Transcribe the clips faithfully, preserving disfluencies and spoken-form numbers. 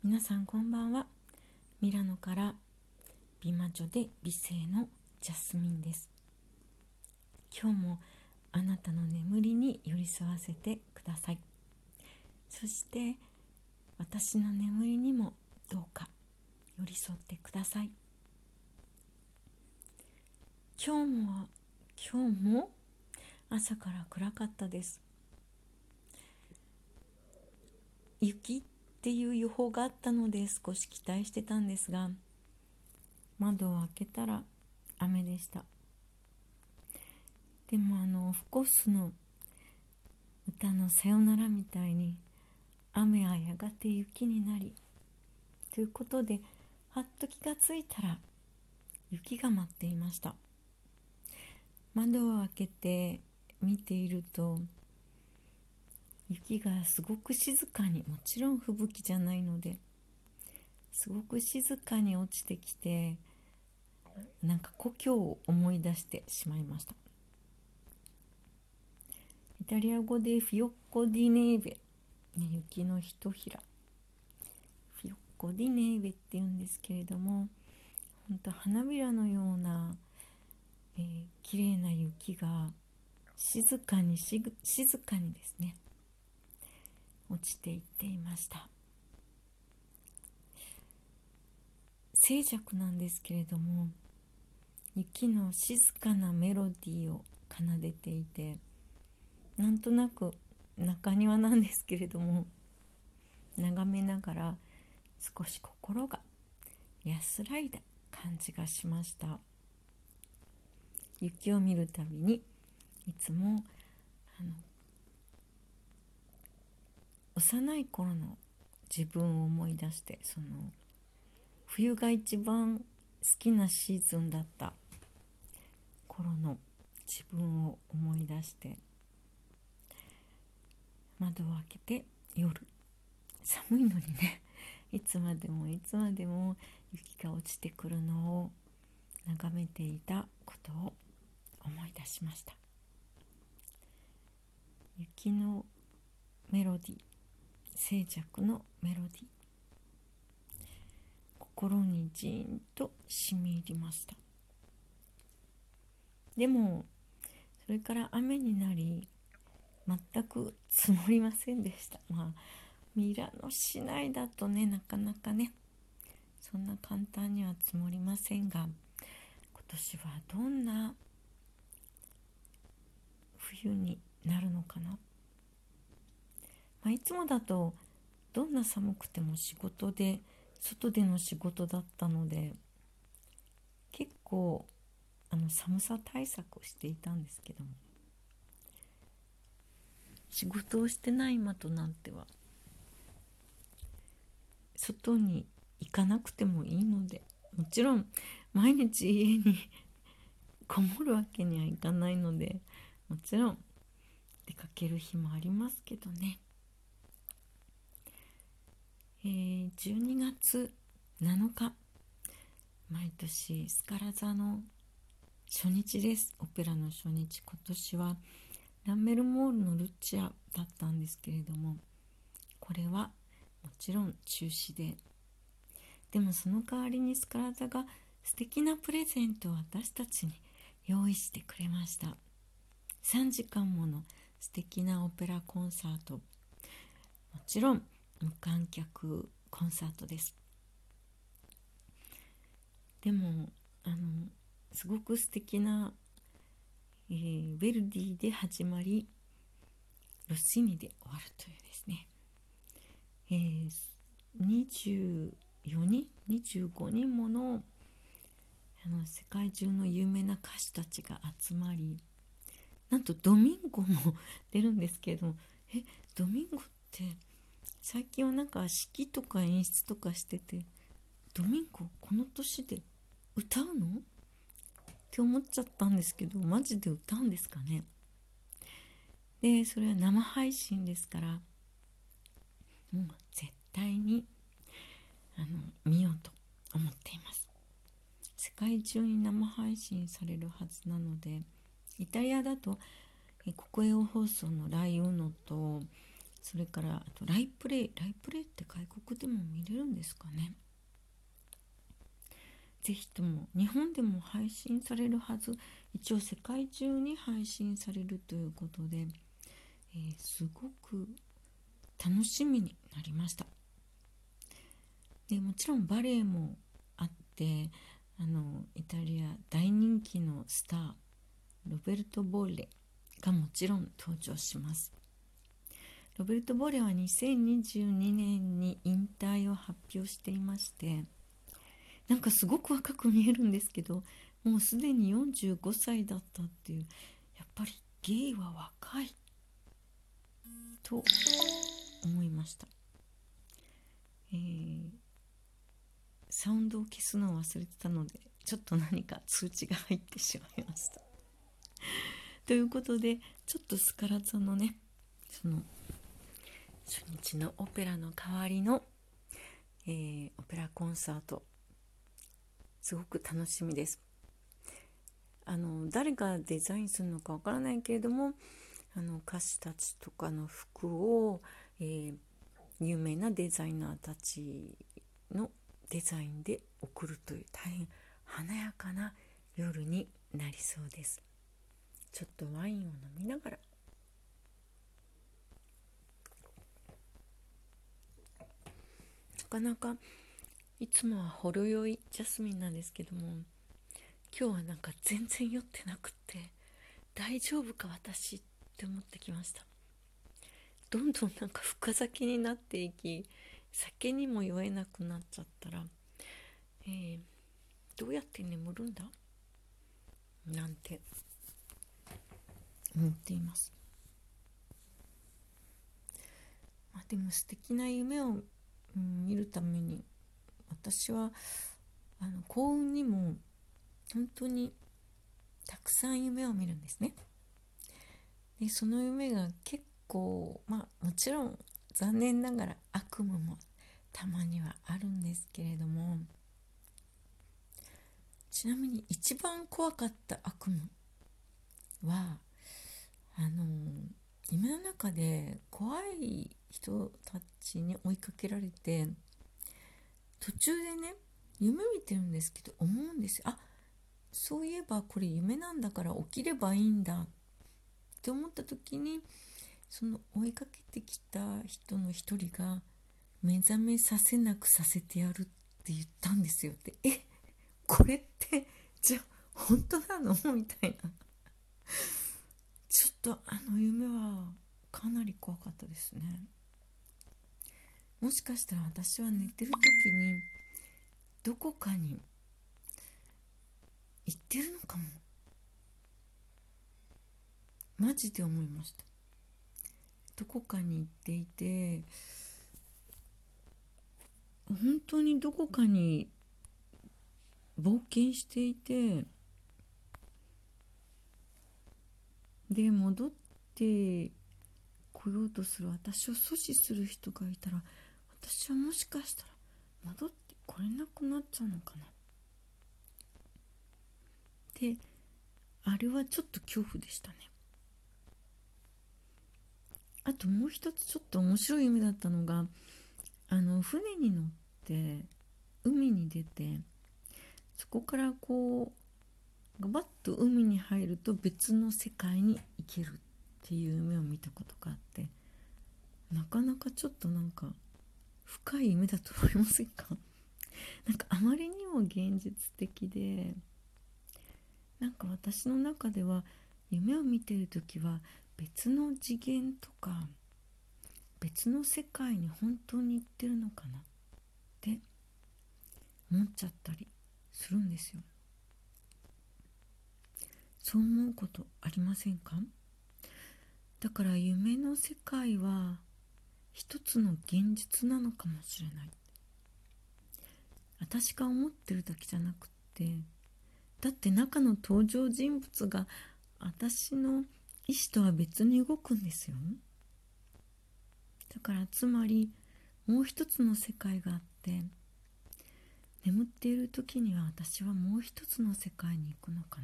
皆さんこんばんは。ミラノから美魔女で美声のジャスミンです。今日もあなたの眠りに寄り添わせてください。そして私の眠りにもどうか寄り添ってください。今日も今日も朝から暗かったです。雪っていう予報があったので少し期待してたんですが、窓を開けたら雨でした。でもあのオフコースの歌のさよならみたいに、雨はやがて雪になりということで、はっと気がついたら雪が舞っていました。窓を開けて見ていると、雪がすごく静かに、もちろん吹雪じゃないのですごく静かに落ちてきて、なんか故郷を思い出してしまいました。イタリア語でフィオッコディネーベ、雪のひとひら、フィオッコディネーベって言うんですけれども、本当花びらのような、えー、綺麗な雪が静かにしぐ静かにですね落ちていっていました。静寂なんですけれども、雪の静かなメロディーを奏でていて、なんとなく中庭なんですけれども、眺めながら少し心が安らいだ感じがしました。雪を見るたびにいつもあの幼い頃の自分を思い出して、その冬が一番好きなシーズンだった頃の自分を思い出して、窓を開けて夜寒いのにね、いつまでもいつまでも雪が落ちてくるのを眺めていたことを思い出しました。雪のメロディー、静寂のメロディー、心にじーんと染み入りました。でもそれから雨になり、全く積もりませんでした。まあミラノ市内だとね、なかなかねそんな簡単には積もりませんが、今年はどんな冬になるのかな。まあ、いつもだとどんな寒くても仕事で外での仕事だったので、結構あの寒さ対策をしていたんですけども、仕事をしてない今となっては外に行かなくてもいいので、もちろん毎日家にこもるわけにはいかないので、もちろん出かける日もありますけどね。えー、じゅうにがつなのか、毎年スカラ座の初日です。オペラの初日。今年はランメルモールのルッチアだったんですけれども、これはもちろん中止で、でもその代わりにスカラ座が素敵なプレゼントを私たちに用意してくれました。さんじかんもの素敵なオペラコンサート、もちろん無観客コンサートです。でもあのすごく素敵な、えー、ヴェルディで始まりロッシーニで終わるというですね、えー、にじゅうよにんにじゅうごにんものあの世界中の有名な歌手たちが集まり、なんとドミンゴも出るんですけれども、えドミンゴって最近はなんか式とか演出とかしてて、ドミンゴこの年で歌うのって思っちゃったんですけど、マジで歌うんですかね。でそれは生配信ですから、もう絶対にあの見ようと思っています。世界中に生配信されるはずなので、イタリアだと国営放送のライウノと、それからあとライプレイライプレイって外国でも見れるんですかね。ぜひとも日本でも配信されるはず。一応世界中に配信されるということで、えー、すごく楽しみになりました。でもちろんバレエもあって、あのイタリア大人気のスターロベルト・ボーレがもちろん登場します。ロベルト・ボーレはにせんにじゅうにねんに引退を発表していまして、なんかすごく若く見えるんですけど、もうすでによんじゅうごさいだったっていう、やっぱりゲイは若いと思いました。えー、サウンドを消すのを忘れてたので、ちょっと何か通知が入ってしまいましたということで、ちょっとスカラ座のね、その初日のオペラの代わりの、えー、オペラコンサート、すごく楽しみです。あの誰がデザインするのかわからないけれども、あの歌手たちとかの服を、えー、有名なデザイナーたちのデザインで送るという、大変華やかな夜になりそうです。ちょっとワインを飲みながら、なかなかいつもはほろ酔いジャスミンなんですけども、今日はなんか全然酔ってなくって、大丈夫か私って思ってきました。どんどんなんか深酒になっていき、酒にも酔えなくなっちゃったら、えー、どうやって眠るんだなんて思っています。まあ、でも素敵な夢を、うん、見るために、私はあの幸運にも本当にたくさん夢を見るんですね。でその夢が結構、まあもちろん残念ながら悪夢もたまにはあるんですけれども、ちなみに一番怖かった悪夢は、あの夢の中で怖い人たちに追いかけられて、途中でね、夢見てるんですけど思うんですよ。あ、そういえばこれ夢なんだから起きればいいんだって思った時に、その追いかけてきた人の一人が、目覚めさせなくさせてやるって言ったんですよって。え、これってじゃあ本当なのみたいな。ちょっとあの夢はかなり怖かったですね。もしかしたら私は寝てる時にどこかに行ってるのかも。マジで思いました。どこかに行っていて、本当にどこかに冒険していて、で戻って来ようとする私を阻止する人がいたら、私はもしかしたら戻ってこれなくなっちゃうのかなって、あれはちょっと恐怖でしたね。あともう一つちょっと面白い夢だったのが、あの船に乗って海に出て、そこからこうガバッと海に入ると別の世界に行けるっていう夢を見たことがあって、なかなかちょっとなんか深い夢だと思いませんか？なんかあまりにも現実的で、なんか私の中では夢を見ているときは別の次元とか別の世界に本当に行ってるのかなって思っちゃったりするんですよ。そう思うことありませんか？だから夢の世界は一つの現実なのかもしれない。私が思ってるだけじゃなくって、だって中の登場人物が私の意思とは別に動くんですよ。だからつまりもう一つの世界があって、眠っている時には私はもう一つの世界に行くのかな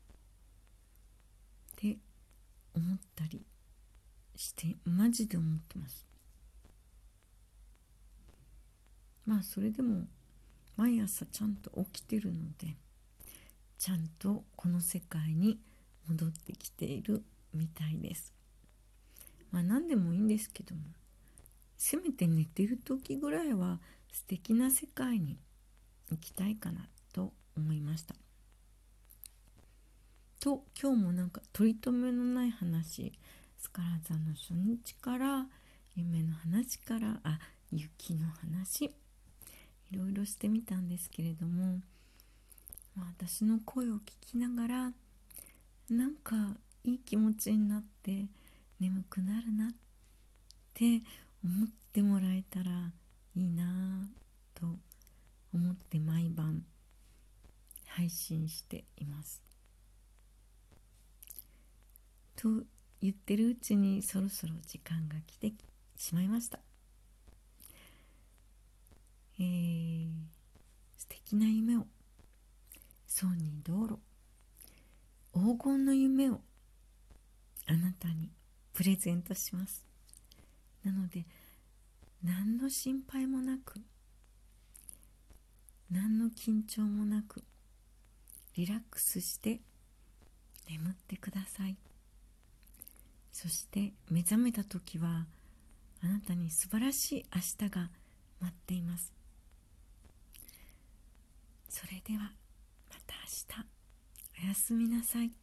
って思ったりして、マジで思ってます。 まあそれでも毎朝ちゃんと起きてるので、ちゃんとこの世界に戻ってきているみたいです。まあ何でもいいんですけども、せめて寝てる時ぐらいは素敵な世界に行きたいかなと思いました。と今日もなんか取り留めのない話、スカラ座の初日から夢の話からあ雪の話、いろいろしてみたんですけれども、まあ、私の声を聞きながらなんかいい気持ちになって眠くなるなって思ってもらえたらいいなと思って毎晩配信しています。と言ってるうちにそろそろ時間が来てしまいました。えー、素敵な夢を、送に道路、黄金の夢をあなたにプレゼントします。なので何の心配もなく、何の緊張もなくリラックスして眠ってください。そして目覚めた時はあなたに素晴らしい明日が待っています。それではまた明日、おやすみなさい。